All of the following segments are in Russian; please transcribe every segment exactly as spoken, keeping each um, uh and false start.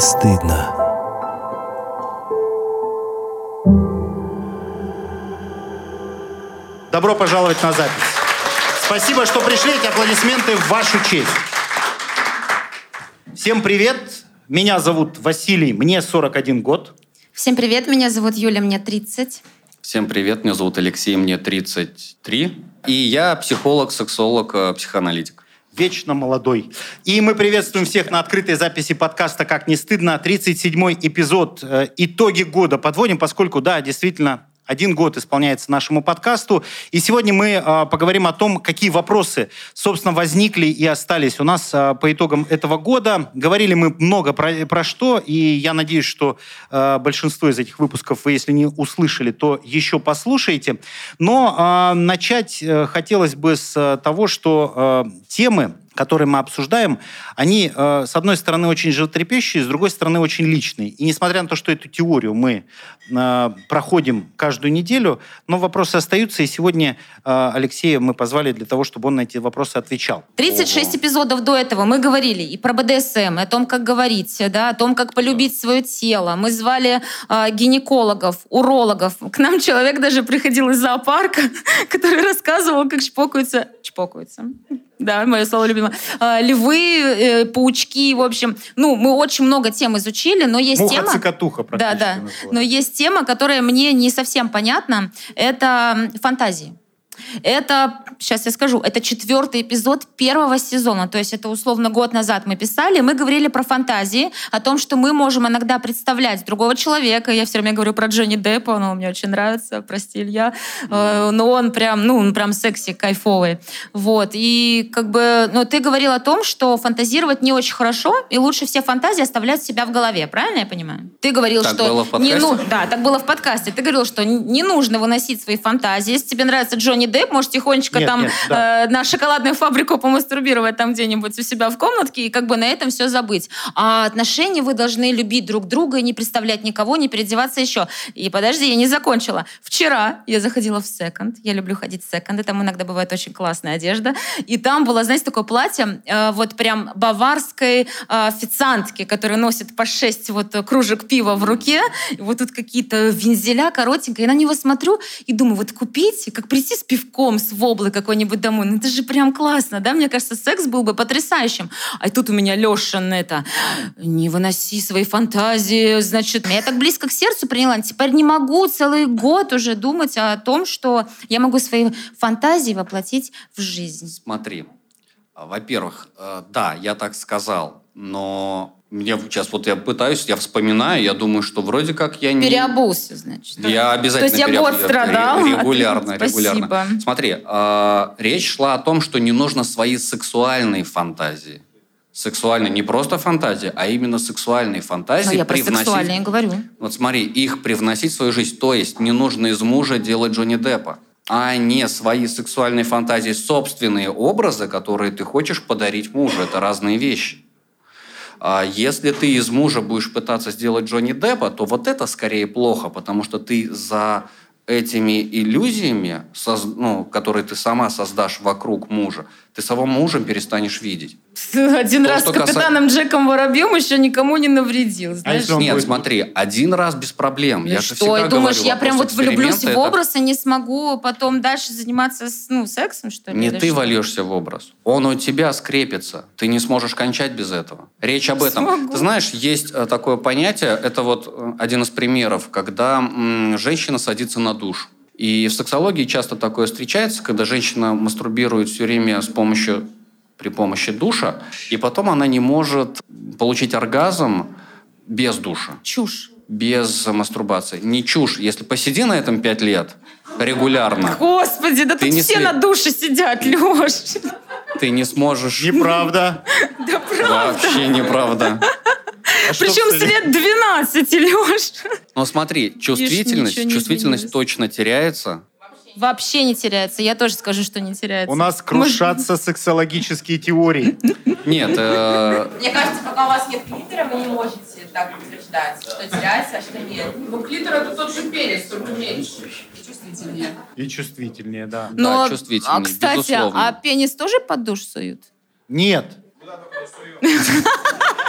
стыдно. Добро пожаловать на запись. Спасибо, что пришли. Эти аплодисменты в вашу честь. Всем привет. Меня зовут Василий, мне сорок один год. Всем привет, меня зовут Юля, мне тридцать. Всем привет, меня зовут Алексей, мне тридцать три. И я психолог, сексолог, психоаналитик. Вечно молодой. И мы приветствуем всех на открытой записи подкаста «Как не стыдно». тридцать седьмой эпизод. Итоги года подводим, поскольку, да, действительно, один год исполняется нашему подкасту. И сегодня мы э, поговорим о том, какие вопросы, собственно, возникли и остались у нас э, по итогам этого года. Говорили мы много про, про что, и я надеюсь, что э, большинство из этих выпусков вы, если не услышали, то еще послушаете. Но э, начать э, хотелось бы с того, что э, темы, которые мы обсуждаем, они, э, с одной стороны, очень животрепещущие, с другой стороны, очень личные. И несмотря на то, что эту теорию мы э, проходим каждую неделю, но вопросы остаются, и сегодня э, Алексея мы позвали для того, чтобы он на эти вопросы отвечал. тридцать шесть Ого. Эпизодов до этого мы говорили и про бэ дэ эс эм, и о том, как говорить, да, о том, как полюбить свое тело. Мы звали э, гинекологов, урологов. К нам человек даже приходил из зоопарка, который рассказывал, как чпокаются... Чпокаются. Да, мое слово любимое. А, львы, э, паучки, в общем. Ну, мы очень много тем изучили, но есть Муха, тема... цикатуха практически. Да, да. Но есть тема, которая мне не совсем понятна. Это фантазии. Это, сейчас я скажу, это четвертый эпизод первого сезона. То есть это условно год назад мы писали. Мы говорили про фантазии, о том, что мы можем иногда представлять другого человека. Я все время говорю про Джонни Деппа, он мне очень нравится, прости, Илья. Но он прям, ну, он прям секси, кайфовый. Вот. И как бы, ну, ты говорил о том, что фантазировать не очень хорошо, и лучше все фантазии оставлять себя в голове. Правильно я понимаю? Ты говорил, так что... было в подкасте? Не, ну, да, так было в подкасте. Ты говорил, что не нужно выносить свои фантазии. Если тебе нравится Джонни Депп, можешь тихонечко нет, там нет, да. э, на шоколадную фабрику помастурбировать там где-нибудь у себя в комнатке и как бы на этом все забыть. А отношения вы должны любить друг друга и не представлять никого, не переодеваться еще. И подожди, я не закончила. Вчера я заходила в секонд. Я люблю ходить в секонды. Там иногда бывает очень классная одежда. И там было, знаете, такое платье э, вот прям баварской э, официантки, которая носит по шесть вот кружек пива в руке. И вот тут какие-то вензеля коротенькие. Я на него смотрю и думаю, вот купить, как прийти с пивком, с воблой какой-нибудь домой. Ну это же прям классно, да? Мне кажется, секс был бы потрясающим. А тут у меня Лешин это... Не выноси свои фантазии, значит... Я так близко к сердцу приняла. Теперь не могу целый год уже думать о том, что я могу свои фантазии воплотить в жизнь. Смотри, во-первых, да, я так сказал, но... Мне сейчас вот я пытаюсь, я вспоминаю, я думаю, что вроде как я не... Переобулся, значит. Я обязательно То есть я год страдал? Регулярно, а ты... регулярно. Спасибо. Смотри, э, речь шла о том, что не нужно свои сексуальные фантазии. Сексуальные, не просто фантазии, а именно сексуальные фантазии. Но я привносить... про сексуальные говорю. Вот смотри, их привносить в свою жизнь. То есть не нужно из мужа делать Джонни Деппа, а не свои сексуальные фантазии, собственные образы, которые ты хочешь подарить мужу. Это разные вещи. Если ты из мужа будешь пытаться сделать Джонни Деппа, то вот это скорее плохо, потому что ты за этими иллюзиями, ну, которые ты сама создашь вокруг мужа, ты самого мужем перестанешь видеть. Один То, раз с капитаном каса... Джеком Воробьем еще никому не навредил. Знаешь? А Нет, будет... смотри, один раз без проблем. Ну я что, же всегда думаешь, говорю, я прям вот влюблюсь это... в образ и не смогу потом дальше заниматься ну, сексом, что ли? Не или ты что? вольешься в образ. Он у тебя скрепится. Ты не сможешь кончать без этого. Речь об этом. Смогу. Ты знаешь, есть такое понятие, это вот один из примеров, когда м, женщина садится на душ. И в сексологии часто такое встречается, когда женщина мастурбирует все время с помощью, при помощи душа, и потом она не может получить оргазм без душа. Чушь. Без мастурбации. Не чушь. Если посиди на этом пять лет регулярно... Господи, да ты тут все сли... на душе сидят, Леш. Ты не сможешь... Неправда. Да правда. Вообще неправда. А Причем с лет двенадцати, Леш. Но смотри, чувствительность, не чувствительность изменилось. точно теряется. Вообще не теряется. Я тоже скажу, что не теряется. У нас крушатся сексологические теории. Нет. э, Мне кажется, пока у вас нет клитора, вы не можете так утверждать, что теряется, а что нет. Ну, клитор — это тот же перец, только меньше и чувствительнее. И чувствительнее, да. Но, да, чувствительнее, а, кстати, безусловно. а пенис тоже под душ суют? Нет.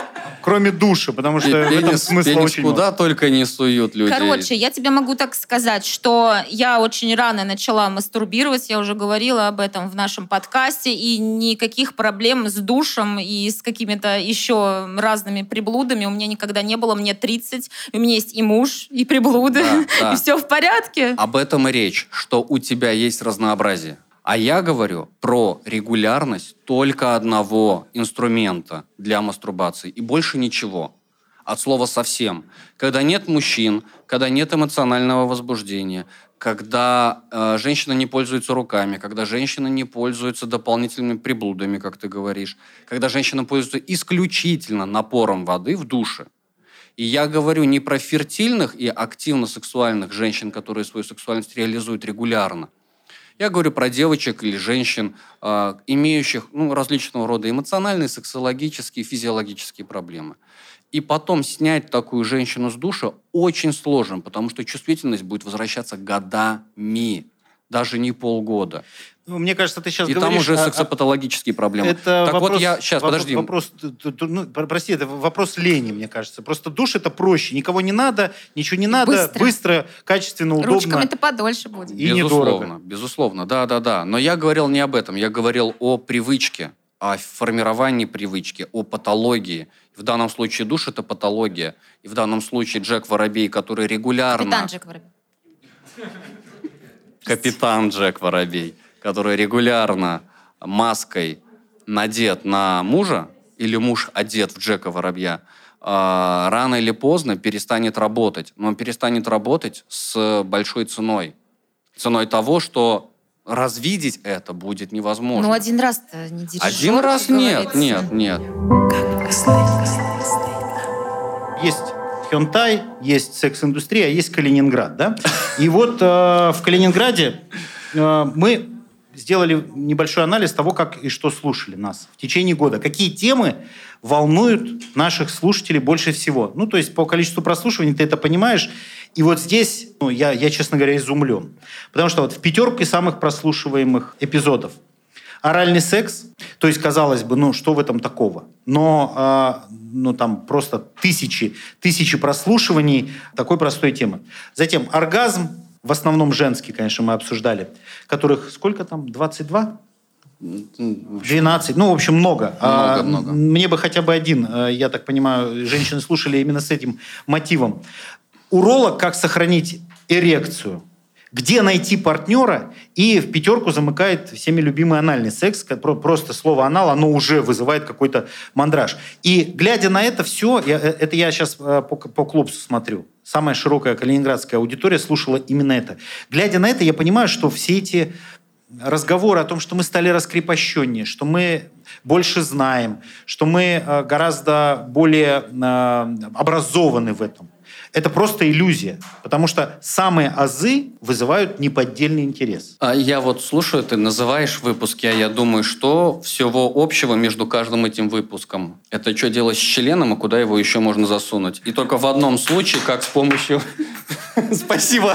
кроме душа, потому что Пенис, в этом смысла пенис очень куда много. только не суют люди. Короче, я тебе могу так сказать, что я очень рано начала мастурбировать, я уже говорила об этом в нашем подкасте, и никаких проблем с душем и с какими-то еще разными приблудами у меня никогда не было. Мне тридцать, у меня есть и муж, и приблуды, Да, да. и все в порядке. Об этом и речь, что у тебя есть разнообразие. А я говорю про регулярность только одного инструмента для мастурбации и больше ничего. От слова совсем. Когда нет мужчин, когда нет эмоционального возбуждения, когда э, женщина не пользуется руками, когда женщина не пользуется дополнительными приблудами, как ты говоришь, когда женщина пользуется исключительно напором воды в душе. И я говорю не про фертильных и активно-сексуальных женщин, которые свою сексуальность реализуют регулярно. Я говорю про девочек или женщин, э, имеющих ну, различного рода эмоциональные, сексологические, физиологические проблемы. И потом снять такую женщину с душа очень сложно, потому что чувствительность будет возвращаться годами, даже не полгода. Ну, мне кажется, ты сейчас И говоришь... там уже о- сексопатологические проблемы. Это так вопрос, вот я... Сейчас, вопрос, подожди. Вопрос, ну, прости, это вопрос лени, мне кажется. Просто душ это проще. Никого не надо, ничего не надо. Быстро. Быстро, качественно, удобно. Ручками-то подольше будет. И недорого. Безусловно, безусловно, да-да-да. Но я говорил не об этом. Я говорил о привычке, о формировании привычки, о патологии. В данном случае душ – это патология. И в данном случае Джек Воробей, который регулярно... Капитан Джек Воробей. Капитан Джек Воробей, который регулярно маской надет на мужа, или муж одет в Джека Воробья, э, рано или поздно перестанет работать. Но он перестанет работать с большой ценой. Ценой того, что развидеть это будет невозможно. Ну, один раз-то не дирижер. Один раз как нет, говорится. нет, нет. Есть хёнтай, есть секс-индустрия, а есть Калининград, да? И вот э, в Калининграде э, мы сделали небольшой анализ того, как и что слушали нас в течение года. Какие темы волнуют наших слушателей больше всего. Ну, то есть по количеству прослушиваний ты это понимаешь. И вот здесь, ну, я, я, честно говоря, изумлен. Потому что вот в пятерке самых прослушиваемых эпизодов оральный секс, то есть, казалось бы, ну, что в этом такого? Но, э, ну, там просто тысячи, тысячи прослушиваний такой простой темы. Затем оргазм, в основном женский, конечно, мы обсуждали, которых сколько там, двадцать два? двенадцать, ну, в общем, много. Много, а, много. Мне бы хотя бы один, я так понимаю, женщины слушали именно с этим мотивом. Уролог «Как сохранить эрекцию», где найти партнера, и в пятерку замыкает всеми любимый анальный секс. Просто слово «анал», оно уже вызывает какой-то мандраж. И глядя на это все, я, это я сейчас по, по Клупсу смотрю, самая широкая калининградская аудитория слушала именно это. Глядя на это, я понимаю, что все эти разговоры о том, что мы стали раскрепощеннее, что мы больше знаем, что мы гораздо более образованы в этом. Это просто иллюзия, потому что самые азы вызывают неподдельный интерес. А я вот слушаю, ты называешь выпуски, а я думаю, что всего общего между каждым этим выпуском? Это что делать с членом, и куда его еще можно засунуть? И только в одном случае, как с помощью... Спасибо.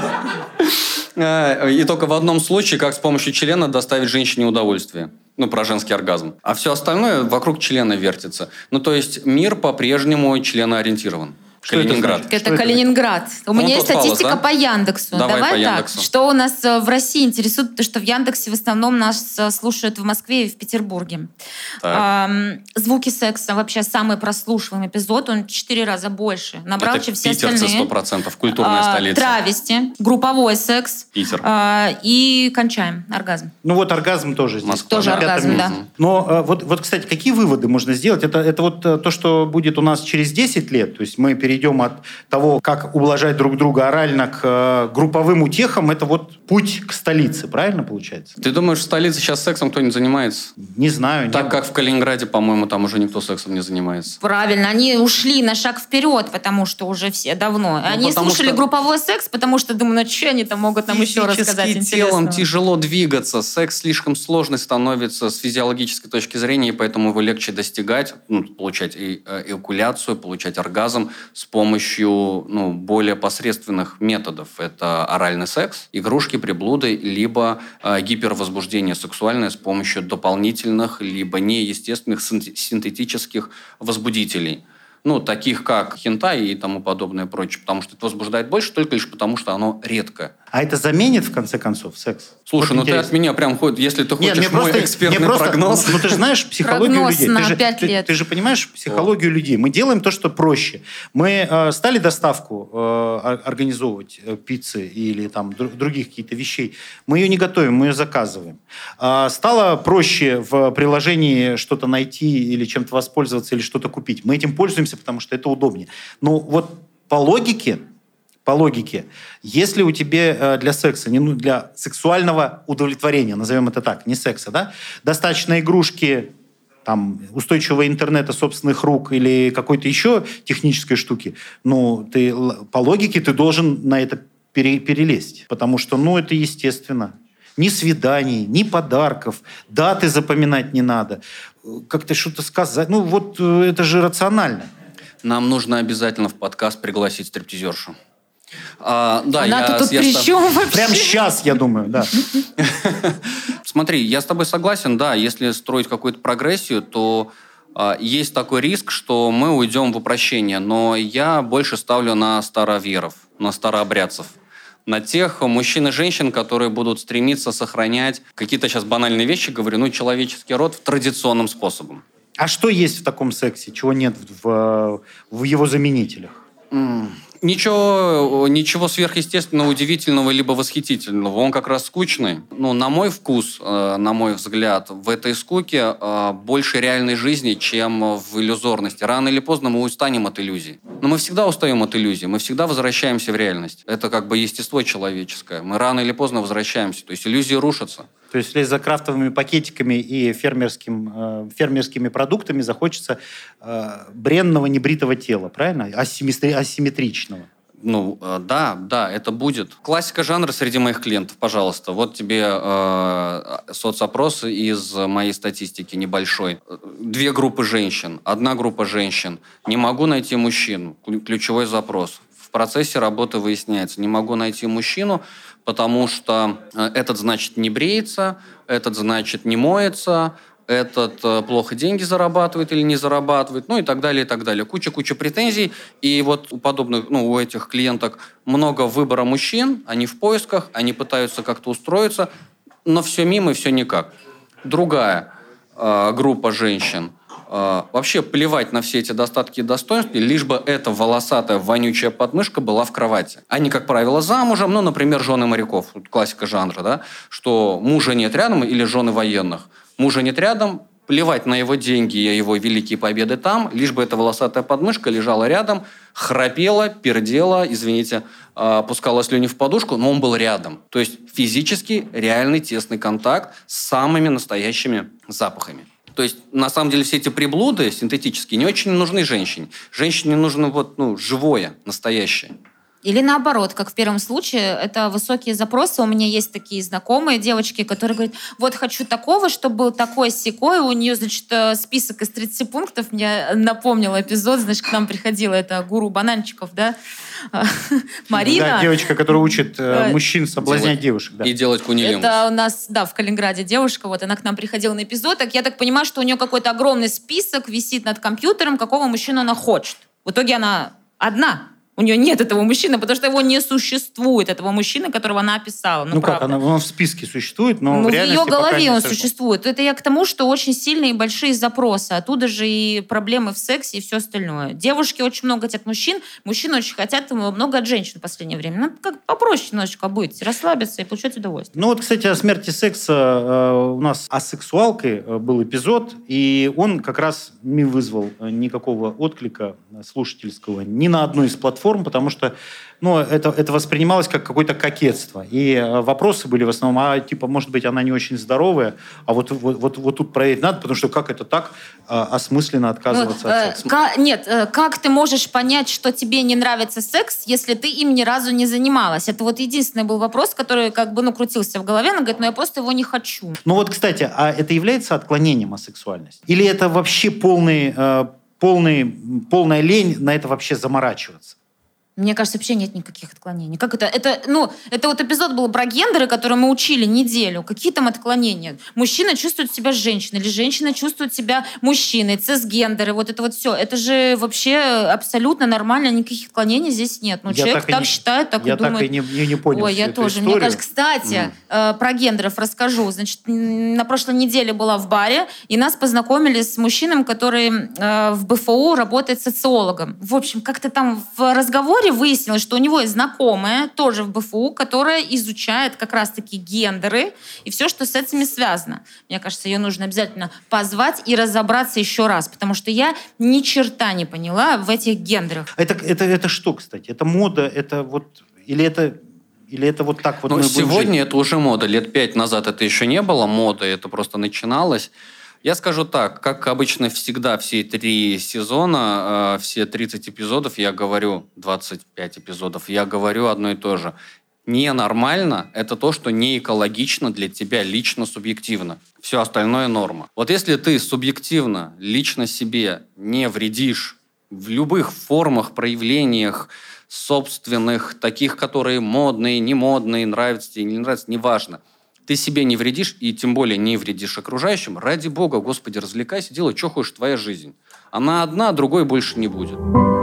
И только в одном случае, как с помощью члена доставить женщине удовольствие. Ну, про женский оргазм. А все остальное вокруг члена вертится. Ну, то есть мир по-прежнему членоориентирован. Что это Калининград. значит? Это Что Калининград. У Ну, меня тут есть статистика фалос, да? по Яндексу. Давай Давай, по так. Яндексу. Что у нас э, в России интересует, потому что в Яндексе в основном нас э, слушают в Москве и в Петербурге. Так. Эм, звуки секса вообще самый прослушиваемый эпизод. Он в четыре раза больше набрал, Это чем все питерцы остальные. сто процентов, культурная А, столица. Травести, групповой секс. Питер. а, И кончаем. Оргазм. Ну вот оргазм тоже здесь. Москва, Тоже На пятом оргазм, месте. да. Но э, вот, вот, кстати, какие выводы можно сделать? Это, это вот э, то, что будет у нас через десять лет. То есть мы перейдем от того, как ублажать друг друга орально, к э, групповым утехам. Это вот путь к столице. Правильно получается? Ты думаешь, в столице сейчас сексом кто-нибудь занимается? Не знаю. Так не- как в Калининграде, по-моему, там уже никто сексом не занимается. Правильно, они ушли на шаг вперед, потому что уже все давно. Они потому слушали что- групповой секс, потому что думают, ну что они там могут нам еще рассказать Физически телом интересного. тяжело двигаться, секс слишком сложный становится с физиологической точки зрения, и поэтому его легче достигать, ну, получать и, э, эякуляцию, получать оргазм с помощью ну, более посредственных методов. Это оральный секс, игрушки, приблуды, либо э, гипервозбуждение сексуальное с помощью дополнительных, либо неестественных синтетических возбудителей. ну, таких как хентай и тому подобное прочее, потому что это возбуждает больше только лишь потому, что оно редкое. А это заменит, в конце концов, секс? Слушай, вот ну интересно. Ты от меня прям ходишь, если ты хочешь Нет, мой просто, экспертный просто, прогноз. Ну, ты же знаешь психологию прогноз людей. На ты, же, пять лет. Ты, ты же понимаешь психологию О. людей. Мы делаем то, что проще. Мы э, стали доставку э, организовывать э, пиццы или там др- других каких-то вещей. Мы ее не готовим, мы ее заказываем. Э, стало проще в приложении что-то найти или чем-то воспользоваться или что-то купить. Мы этим пользуемся, потому что это удобнее. Но вот по логике, по логике, если у тебя для секса, не для сексуального удовлетворения, назовем это так, не секса, да, достаточно игрушки, там, устойчивого интернета собственных рук или какой-то еще технической штуки, ну, ты, по логике ты должен на это пере, перелезть, потому что, ну, это естественно. Ни свиданий, ни подарков, даты запоминать не надо, как-то что-то сказать. Ну, вот это же рационально. Нам нужно обязательно в подкаст пригласить стриптизершу. А, да, Она-то тут при чем вообще? Прямо сейчас, я думаю, да. Смотри, я с тобой согласен, да, если строить какую-то прогрессию, то а, есть такой риск, что мы уйдем в упрощение, но я больше ставлю на староверов, на старообрядцев. На тех мужчин и женщин, которые будут стремиться сохранять какие-то сейчас банальные вещи, говорю, ну, человеческий род в традиционным способом. А что есть в таком сексе, чего нет в, в его заменителях? Mm. Ничего, ничего сверхъестественного, удивительного либо восхитительного. Он как раз скучный. Ну, на мой вкус, на мой взгляд, в этой скуке больше реальной жизни, чем в иллюзорности. Рано или поздно мы устанем от иллюзий. Но мы всегда устаем от иллюзий, мы всегда возвращаемся в реальность. Это как бы естество человеческое. Мы рано или поздно возвращаемся. То есть иллюзии рушатся. То есть, если за крафтовыми пакетиками и фермерским, э, фермерскими продуктами захочется э, бренного небритого тела, правильно? Асимметри- асимметричного. Ну, э, да, да, это будет. Классика жанра среди моих клиентов, пожалуйста. Вот тебе э, соцопрос из моей статистики небольшой. Две группы женщин. Одна группа женщин. Не могу найти мужчину. Ключевой запрос. В процессе работы выясняется. Не могу найти мужчину, потому что этот, значит, не бреется, этот, значит, не моется, этот плохо деньги зарабатывает или не зарабатывает, ну и так далее, и так далее. Куча-куча претензий. И вот у подобных, ну, у этих клиенток много выбора мужчин, они в поисках, они пытаются как-то устроиться, но все мимо и все никак. Другая э, группа женщин. Вообще плевать на все эти достатки и достоинства, лишь бы эта волосатая, вонючая подмышка была в кровати. Они, как правило, замужем, ну, например, жены моряков, классика жанра, да, что мужа нет рядом или жены военных. Мужа нет рядом, плевать на его деньги и его великие победы там, лишь бы эта волосатая подмышка лежала рядом, храпела, пердела, извините, пускала слюни в подушку, но он был рядом. То есть физически реальный тесный контакт с самыми настоящими запахами. То есть, на самом деле, все эти приблуды синтетические не очень нужны женщине. Женщине нужно вот, ну, живое, настоящее. Или наоборот, как в первом случае, это высокие запросы. У меня есть такие знакомые девочки, которые говорят, вот хочу такого, чтобы был такой-сякой. У нее, значит, список из тридцати пунктов. Мне напомнил эпизод, значит, к нам приходила эта гуру бананчиков, да, Марина. Да, девочка, которая учит э, мужчин соблазнять девушек. Да. И делать кунилингус. Это у нас, да, в Калининграде девушка, вот она к нам приходила на эпизод. Так я так понимаю, что у нее какой-то огромный список висит над компьютером, какого мужчину она хочет. В итоге она одна. У нее нет этого мужчины, потому что его не существует, этого мужчины, которого она описала. Ну, ну как, она, он в списке существует, но ну, в реальности в ее голове он сошел. существует. Это я к тому, что очень сильные и большие запросы. Оттуда же и проблемы в сексе и все остальное. Девушки очень много хотят мужчин, мужчины очень хотят много от женщин в последнее время. Надо как попроще немножечко быть, расслабиться и получать удовольствие. Ну вот, кстати, о смерти секса э, у нас асексуалкой был эпизод, и он как раз не вызвал никакого отклика слушательского ни на одной из платформ, потому что ну, это, это воспринималось как какое-то кокетство. И вопросы были в основном, а типа, может быть, она не очень здоровая, а вот, вот, вот, вот тут проверить надо, потому что как это так а, осмысленно отказываться ну, от секса? Э, к- нет, э, как ты можешь понять, что тебе не нравится секс, если ты им ни разу не занималась? Это вот единственный был вопрос, который как бы ну, крутился в голове. Она говорит, ну я просто его не хочу. Ну вот, кстати, а это является отклонением от сексуальности? Или это вообще полный, э, полный, полная лень на это вообще заморачиваться? Мне кажется, вообще нет никаких отклонений. Как это? Это, ну, это вот эпизод был про гендеры, который мы учили неделю. Какие там отклонения? Мужчина чувствует себя женщиной, или женщина чувствует себя мужчиной, цисгендеры, вот это вот все. Это же вообще абсолютно нормально, никаких отклонений здесь нет. Ну, я человек так, так не, считает, так я и думает. Я так и не, не понял. Ой, я тоже. Историю. Мне кажется, кстати, mm. э, про гендеров расскажу. Значит, на прошлой неделе была в баре, и нас познакомили с мужчиной, который э, в БФУ работает социологом. В общем, как-то там в разговоре выяснилось, что у него есть знакомая, тоже в БФУ, которая изучает как раз-таки гендеры и все, что с этими связано. Мне кажется, ее нужно обязательно позвать и разобраться еще раз, потому что я ни черта не поняла в этих гендерах. Это, это, это что, кстати? Это мода? Это вот... Или это... Или это вот так вот? Ну, сегодня это уже мода. Лет пять назад это еще не было модой, это просто начиналось. Я скажу так, как обычно всегда все три сезона, все тридцать эпизодов, я говорю, двадцать пять эпизодов, я говорю одно и то же. Ненормально – это то, что не экологично для тебя лично субъективно. Все остальное норма. Вот если ты субъективно, лично себе не вредишь в любых формах, проявлениях собственных, таких, которые модные, не модные, нравятся тебе, не нравятся, неважно. Ты себе не вредишь, и тем более не вредишь окружающим. Ради Бога, Господи, развлекайся, делай, что хочешь, твоя жизнь. Она одна, другой больше не будет.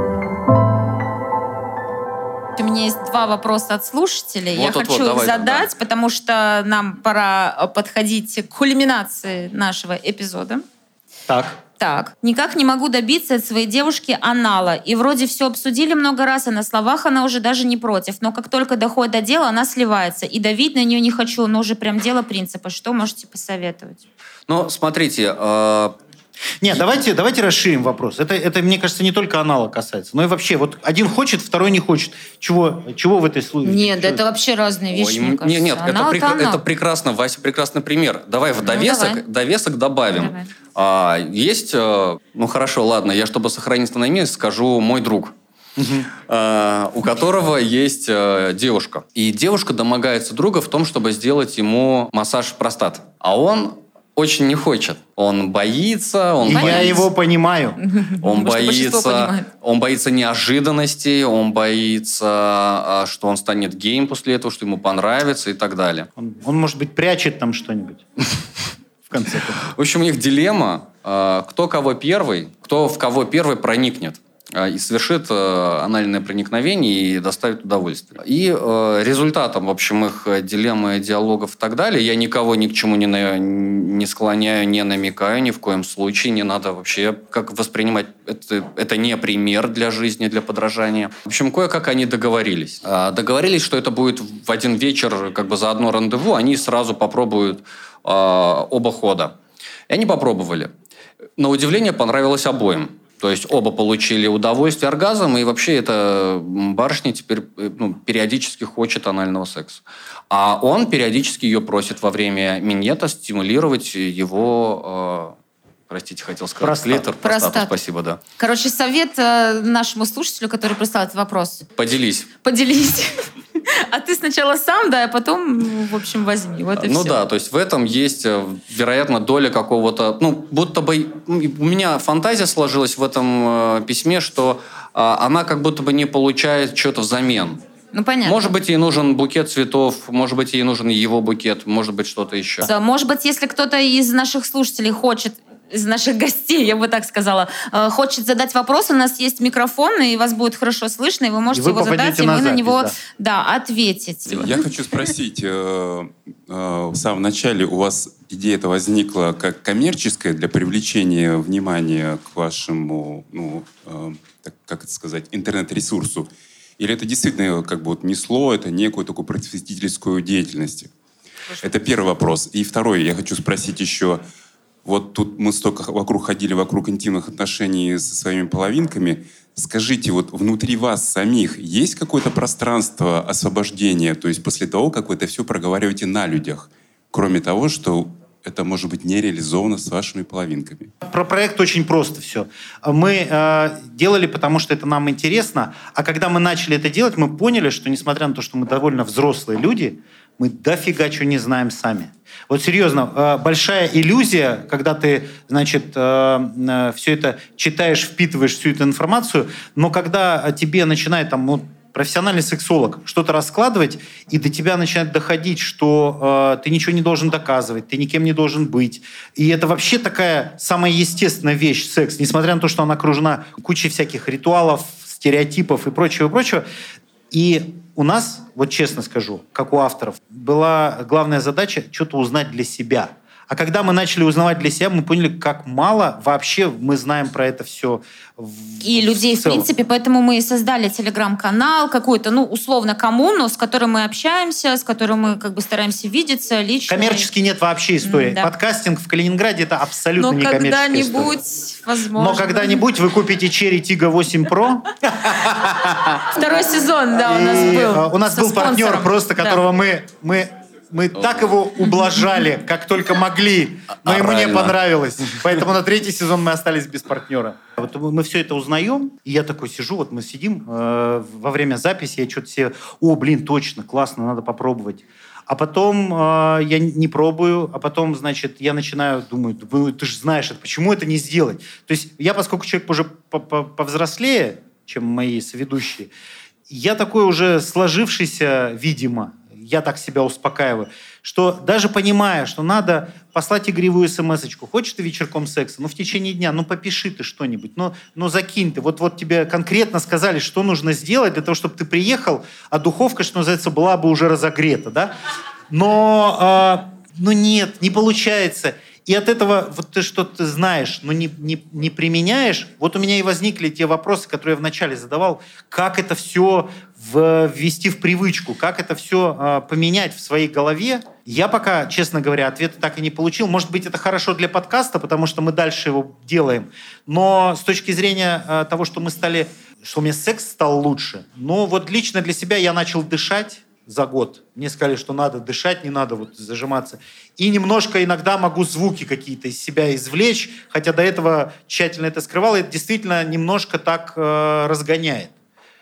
У меня есть два вопроса от слушателей. Вот, Я вот, хочу вот, их давай, задать, да. потому что нам пора подходить к кульминации нашего эпизода. Так. Так, никак не могу добиться от своей девушки анала. И вроде все обсудили много раз, и на словах она уже даже не против. Но как только доходит до дела, она сливается. И давить на нее не хочу, но уже прям дело принципа. Что можете посоветовать? Ну, смотрите... Э... Нет, давайте, давайте расширим вопрос. Это, это, мне кажется, не только анала касается, но и вообще, вот один хочет, второй не хочет. Чего, чего в этой случае? Нет, это вообще разные вещи, Ой, мне кажется. Нет, нет, это, прек... это прекрасно, Вася, прекрасный пример. Давай в довесок, ну, давай. довесок добавим. Давай. А, есть, ну хорошо, ладно, я, чтобы сохранить анонимность, скажу мой друг. Uh-huh. Uh, у которого есть uh, девушка. И девушка домогается друга в том, чтобы сделать ему массаж простаты. А он очень не хочет. Он боится. Он И боится, я его понимаю. Он боится, он боится неожиданностей, он боится, что он станет геем после этого, что ему понравится и так далее. Он, он может быть, прячет там что-нибудь. В конце концов. В общем, у них дилемма, кто кого первый, кто в кого первый проникнет и совершит э, анальное проникновение и доставит удовольствие. И э, результатом, в общем, их дилеммы, диалогов и так далее, я никого ни к чему не, на, не склоняю, не намекаю, ни в коем случае, не надо вообще как воспринимать, это, это не пример для жизни, для подражания. В общем, кое-как они договорились. Э, договорились, что это будет в один вечер, как бы за одно рандеву, они сразу попробуют э, оба хода. И они попробовали. На удивление понравилось обоим. То есть оба получили удовольствие, оргазм, и вообще эта барышня теперь ну, периодически хочет анального секса. А он периодически ее просит во время миньета стимулировать его... Э, простите, хотел сказать. Простат. Клитор. Простату, спасибо, да. Короче, совет э, нашему слушателю, который прислал этот вопрос. Поделись. Поделись. А ты сначала сам, да, а потом, в общем, возьми. Вот и ну все. да, то есть в этом есть, вероятно, доля какого-то... Ну, будто бы... У меня фантазия сложилась в этом э, письме, что э, она как будто бы не получает что-то взамен. Ну, понятно. Может быть, ей нужен букет цветов, может быть, ей нужен его букет, может быть, что-то еще. Может быть, если кто-то из наших слушателей хочет, из наших гостей, я бы так сказала, хочет задать вопрос, у нас есть микрофон, и вас будет хорошо слышно, и вы можете и вы его задать, и мы на, запись, на него да. Да, ответить. Я хочу спросить, в самом начале у вас идея эта возникла как коммерческая для привлечения внимания к вашему, ну, как это сказать, интернет-ресурсу? Или это действительно как бы вот несло, это некую такую просветительскую деятельность? Это первый вопрос. И второй, я хочу спросить еще... Вот тут мы столько вокруг ходили, вокруг интимных отношений со своими половинками. Скажите, вот внутри вас самих есть какое-то пространство освобождения? То есть после того, как вы это все проговариваете на людях? Кроме того, что это может быть не реализовано с вашими половинками. Про проект очень просто все. Мы э, делали, потому что это нам интересно. А когда мы начали это делать, мы поняли, что несмотря на то, что мы довольно взрослые люди, мы дофига чего не знаем сами. Вот серьезно, большая иллюзия, когда ты, значит, все это читаешь, впитываешь всю эту информацию, но когда тебе начинает там, вот, профессиональный сексолог, что-то раскладывать, и до тебя начинает доходить, что э, ты ничего не должен доказывать, ты никем не должен быть. И это вообще такая самая естественная вещь, секс, несмотря на то, что она окружена кучей всяких ритуалов, стереотипов и прочего, и прочего. И у нас, вот честно скажу, как у авторов, была главная задача что-то узнать для себя. А когда мы начали узнавать для себя, мы поняли, как мало вообще мы знаем про это все. И людей, в принципе, поэтому мы и создали телеграм-канал, какую-то, ну, условно, коммуну, с которой мы общаемся, с которой мы как бы стараемся видеться лично. Коммерчески нет вообще истории. Да. Подкастинг в Калининграде — это абсолютно не коммерческая история. Но когда-нибудь, возможно. Но когда-нибудь вы купите Cherry Tiggo восемь Pro. Второй сезон, да, у нас был. У нас был партнер просто, которого мы... Мы так его ублажали, как только могли, но ему не понравилось. Поэтому на третий сезон мы остались без партнера. Вот мы все это узнаем, и я такой сижу, вот мы сидим э, во время записи, я что-то себе, о, блин, точно, классно, надо попробовать. А потом э, я не пробую, а потом, значит, я начинаю, думаю, ты же знаешь, почему это не сделать? То есть я, поскольку человек уже повзрослее, чем мои соведущие, я такой уже сложившийся, видимо, я так себя успокаиваю, что даже понимая, что надо послать игривую смс-очку, хочешь ты вечерком секса, ну в течение дня, ну попиши ты что-нибудь, ну, ну закинь ты, вот, вот тебе конкретно сказали, что нужно сделать для того, чтобы ты приехал, а духовка, что называется, была бы уже разогрета, да? Но, э, ну нет, не получается. И от этого вот ты что-то знаешь, но не, не, не применяешь. Вот у меня и возникли те вопросы, которые я вначале задавал. Как это все в, ввести в привычку? Как это все э, поменять в своей голове? Я пока, честно говоря, ответа так и не получил. Может быть, это хорошо для подкаста, потому что мы дальше его делаем. Но с точки зрения э, того, что мы стали... Что у меня секс стал лучше. Но вот лично для себя я начал дышать за год. Мне сказали, что надо дышать, не надо вот зажиматься. И немножко иногда могу звуки какие-то из себя извлечь, хотя до этого тщательно это скрывал, и это действительно немножко так э, разгоняет.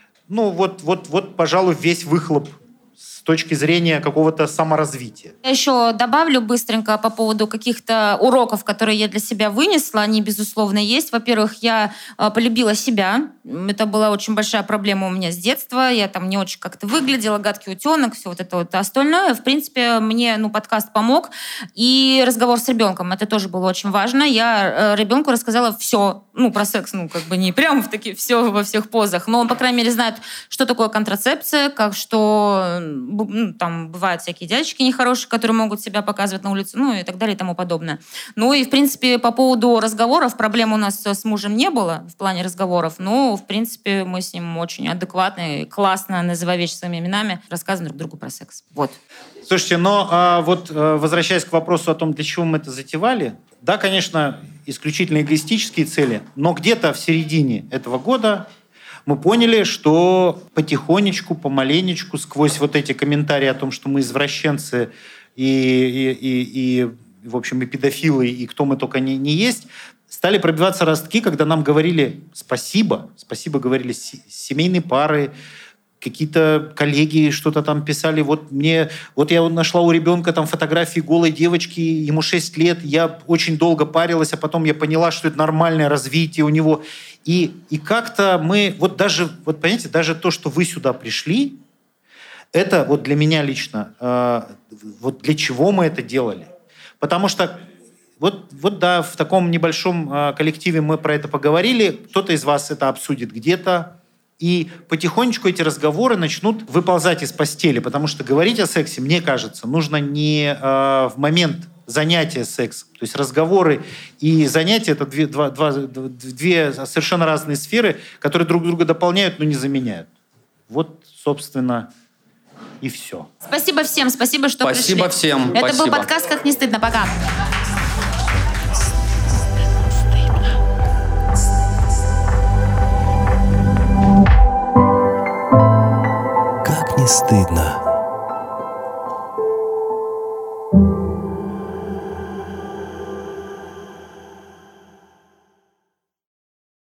Ну вот, вот, вот, пожалуй, весь выхлоп с точки зрения какого-то саморазвития. Я еще добавлю быстренько по поводу каких-то уроков, которые я для себя вынесла. Они, безусловно, есть. Во-первых, я э, полюбила себя. Это была очень большая проблема у меня с детства. Я там не очень как-то выглядела, гадкий утенок, все вот это вот остальное. В принципе, мне ну, подкаст помог. И разговор с ребенком. Это тоже было очень важно. Я э, ребенку рассказала все. Ну, про секс, ну, как бы не прямо в такие, все во всех позах. Но он, по крайней мере, знает, что такое контрацепция, как что... Ну, там бывают всякие дядечки нехорошие, которые могут себя показывать на улице, ну и так далее и тому подобное. Ну и, в принципе, по поводу разговоров, проблем у нас с мужем не было в плане разговоров, но, в принципе, мы с ним очень адекватно и классно, называя вещи своими именами, рассказываем друг другу про секс. Вот. Слушайте, но а, вот возвращаясь к вопросу о том, для чего мы это затевали, да, конечно, исключительно эгоистические цели, но где-то в середине этого года мы поняли, что потихонечку, помаленечку, сквозь вот эти комментарии о том, что мы извращенцы и, и, и, и в общем, и педофилы, и кто мы только не, не есть, стали пробиваться ростки, когда нам говорили спасибо, спасибо говорили семейные пары, какие-то коллеги что-то там писали. Вот мне, вот я нашла у ребенка там фотографии голой девочки, ему шесть лет, я очень долго парилась, а потом я поняла, что это нормальное развитие у него. И, и как-то мы, вот даже, вот понимаете, даже то, что вы сюда пришли, это вот для меня лично, э, вот для чего мы это делали. Потому что вот, вот да, в таком небольшом э, коллективе мы про это поговорили, кто-то из вас это обсудит где-то, и потихонечку эти разговоры начнут выползать из постели, потому что говорить о сексе, мне кажется, нужно не э, в момент занятия сексом. То есть разговоры и занятия — это две, два, два, две совершенно разные сферы, которые друг друга дополняют, но не заменяют. Вот, собственно, и все. Спасибо всем, спасибо, что спасибо пришли. Всем. Это спасибо. был подкаст «Как не стыдно». Пока. Как не стыдно.